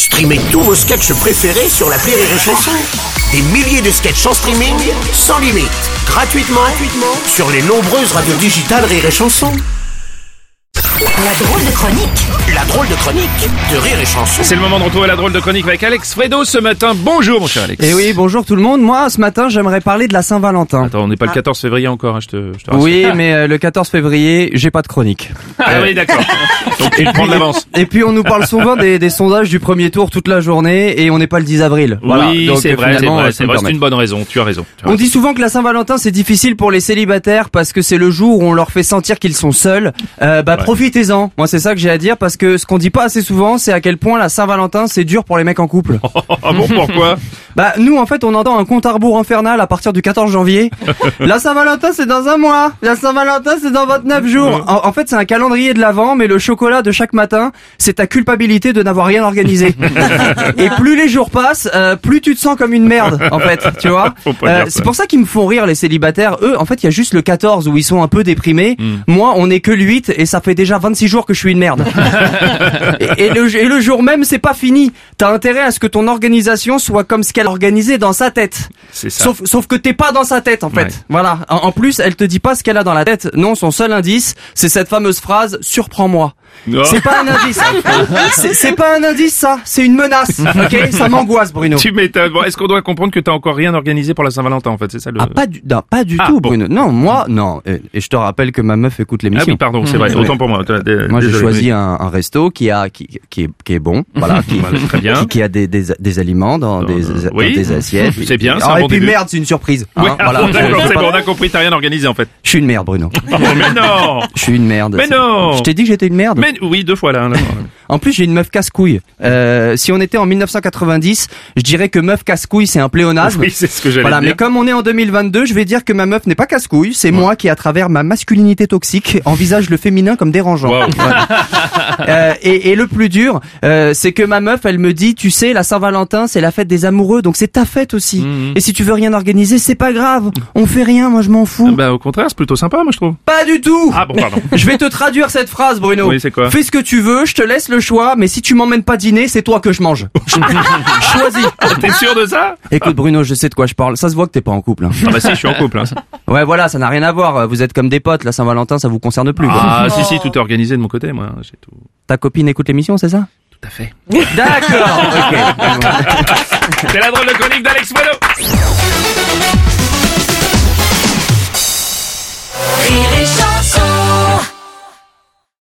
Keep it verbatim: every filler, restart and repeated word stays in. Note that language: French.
Streamez tous vos sketchs préférés sur l'appli Rire et Chanson. Des milliers de sketchs en streaming, sans limite, gratuitement, gratuitement sur les nombreuses radios digitales Rire et Chanson. La drôle de chronique. La drôle de chronique de Rire et Chanson. C'est le moment de retrouver la drôle de chronique avec Alex Fredo ce matin. Bonjour mon cher Alex. Et oui, bonjour tout le monde. Moi, ce matin, j'aimerais parler de la Saint-Valentin. Attends, on n'est pas le quatorze février encore, hein, je te, je te rassure. Oui, mais euh, le quatorze février, j'ai pas de chronique. Ah oui, d'accord. Donc tu prends de l'avance. Et puis on nous parle souvent des, des sondages du premier tour toute la journée et on n'est pas le dix avril. Voilà. Oui, Donc, c'est euh, vrai, c'est finalement, vrai, ça c'est me vrai, c'est permet. une bonne raison, tu as raison. Tu as On raison. dit souvent que la Saint-Valentin c'est difficile pour les célibataires parce que c'est le jour où on leur fait sentir qu'ils sont seuls. Euh, bah Ouais. profitez-en. Moi c'est ça que j'ai à dire parce que ce qu'on dit pas assez souvent c'est à quel point la Saint-Valentin c'est dur pour les mecs en couple. Ah bon, pourquoi? Bah nous en fait on entend un compte à rebours infernal à partir du quatorze janvier. La Saint-Valentin c'est dans un mois. La Saint-Valentin c'est dans vingt-neuf jours. En, en fait c'est un calendrier de l'Avent mais le chocolat de chaque matin c'est ta culpabilité de n'avoir rien organisé. Et plus les jours passent, euh, plus tu te sens comme une merde en fait, tu vois. Faut pas Euh, dire ça. c'est pour ça qu'ils me font rire les célibataires. Eux en fait il y a juste le quatorze où ils sont un peu déprimés. Moi on est que le huit et ça fait déjà vingt-six jours que je suis une merde. et, et, le, et le jour même c'est pas fini. T'as intérêt à ce que ton organisation soit comme ce qu'elle a organisé dans sa tête. C'est ça. Sauf, sauf que t'es pas dans sa tête en fait. Ouais. Voilà. En, en plus, elle te dit pas ce qu'elle a dans la tête. Non, son seul indice, c'est cette fameuse phrase "surprends-moi". Oh. C'est pas un indice. c'est, c'est pas un indice ça. C'est une menace. Ok, ça m'angoisse, Bruno. Tu m'étonnes. Bon, est-ce qu'on doit comprendre que t'as encore rien organisé pour la Saint-Valentin en fait, c'est ça le... Ah pas du, non, pas du Ah, tout, bon. Bruno. Non, moi, non. Et, et je te rappelle que ma meuf écoute Ah l'émission. oui, pardon, c'est vrai. Ouais. Autant pour moi. Toi, dé- Moi, j'ai désolé. choisi un, un resto qui a, qui, qui est, qui est bon. Voilà, qui, Voilà, très bien. qui, qui a des, des, des aliments dans, Dans, des, euh, dans oui. des assiettes. C'est bien, c'est Ah, un et bon puis début. merde, c'est une surprise. Ouais, hein, voilà. ah, d'accord, Je- c'est bon, on a compris, t'as rien organisé en fait. Je suis une merde, Bruno. Oh, mais non. Je suis une merde. Mais non. Je t'ai dit que j'étais une merde. Mais oui, deux fois là. là. En plus, j'ai une meuf casse-couille. Euh, si on était en mille neuf cent quatre-vingt-dix, je dirais que meuf casse-couille, c'est un pléonasme. Oui, c'est ce que j'allais Voilà, dire. mais comme on est en deux mille vingt-deux, je vais dire que ma meuf n'est pas casse-couille, c'est moi qui, à travers ma masculinité toxique, envisage le féminin comme dérangeant. Wow. Voilà. Euh, et, et le plus dur, euh, c'est que ma meuf, elle me dit, tu sais, la Saint-Valentin, c'est la fête des amoureux, donc c'est ta fête aussi. Mhm. Et si tu veux rien organiser, c'est pas grave. On fait rien, moi je m'en fous. Bah au contraire, c'est plutôt sympa, moi je trouve. Pas du tout. Ah bon, pardon. Je vais te traduire cette phrase, Bruno. Oui, c'est quoi? Fais ce que tu veux, je te laisse le choix, mais si tu m'emmènes pas dîner, c'est toi que je mange. Choisis. T'es sûr de ça? Écoute, Bruno, je sais de quoi je parle. Ça se voit que t'es pas en couple. Hein. Ah bah si, je suis en couple. Hein, ça. Ouais, voilà, ça n'a rien à voir. Vous êtes comme des potes. La Saint-Valentin, ça vous concerne plus. quoi. Ah si si, tout est organisé de mon côté, moi. J'ai tout. Ta copine écoute l'émission, c'est ça? Tout à fait. D'accord. Ok. C'est la drôle de chronique d'Alex Fredo.